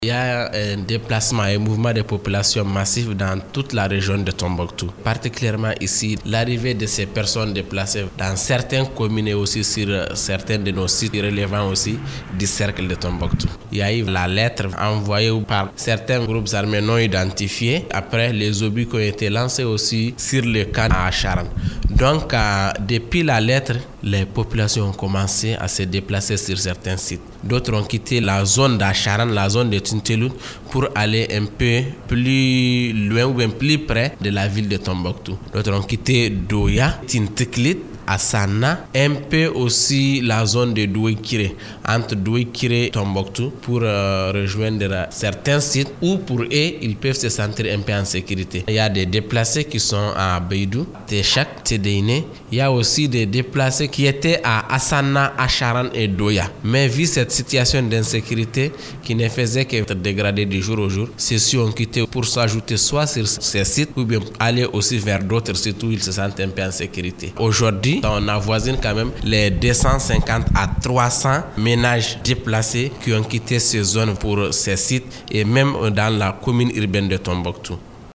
Il y a un déplacement et un mouvement de population massif dans toute la région de Tombouctou. Particulièrement ici, l'arrivée de ces personnes déplacées dans certaines communes et aussi sur certains de nos sites relevant aussi du cercle de Tombouctou. Il y a eu la lettre envoyée par certains groupes armés non identifiés. Après, les obus qui ont été lancés aussi sur le camp à Acharan. Donc, depuis la lettre, les populations ont commencé à se déplacer sur certains sites. D'autres ont quitté la zone d'Acharan, la zone de Tinteloun, pour aller un peu plus loin ou bien plus près de la ville de Tombouctou. D'autres ont quitté Doya, Tintiklit, Assana, un peu aussi la zone de Douekiré, entre Douekiré et Tombouctou, pour rejoindre certains sites où pour eux, ils peuvent se sentir un peu en sécurité. Il y a des déplacés qui sont à Beidou, Téchak, Tédéiné. Il y a aussi des déplacés qui étaient à Assana, Acharan et Doya. Mais vu cette situation d'insécurité qui ne faisait que être dégradée du jour au jour, ceux-ci ont quitté pour s'ajouter soit sur ces sites ou bien aller aussi vers d'autres sites où ils se sentent un peu en sécurité. Aujourd'hui, on avoisine quand même les 250 à 300 ménages déplacés qui ont quitté ces zones pour ces sites et même dans la commune urbaine de Tombouctou.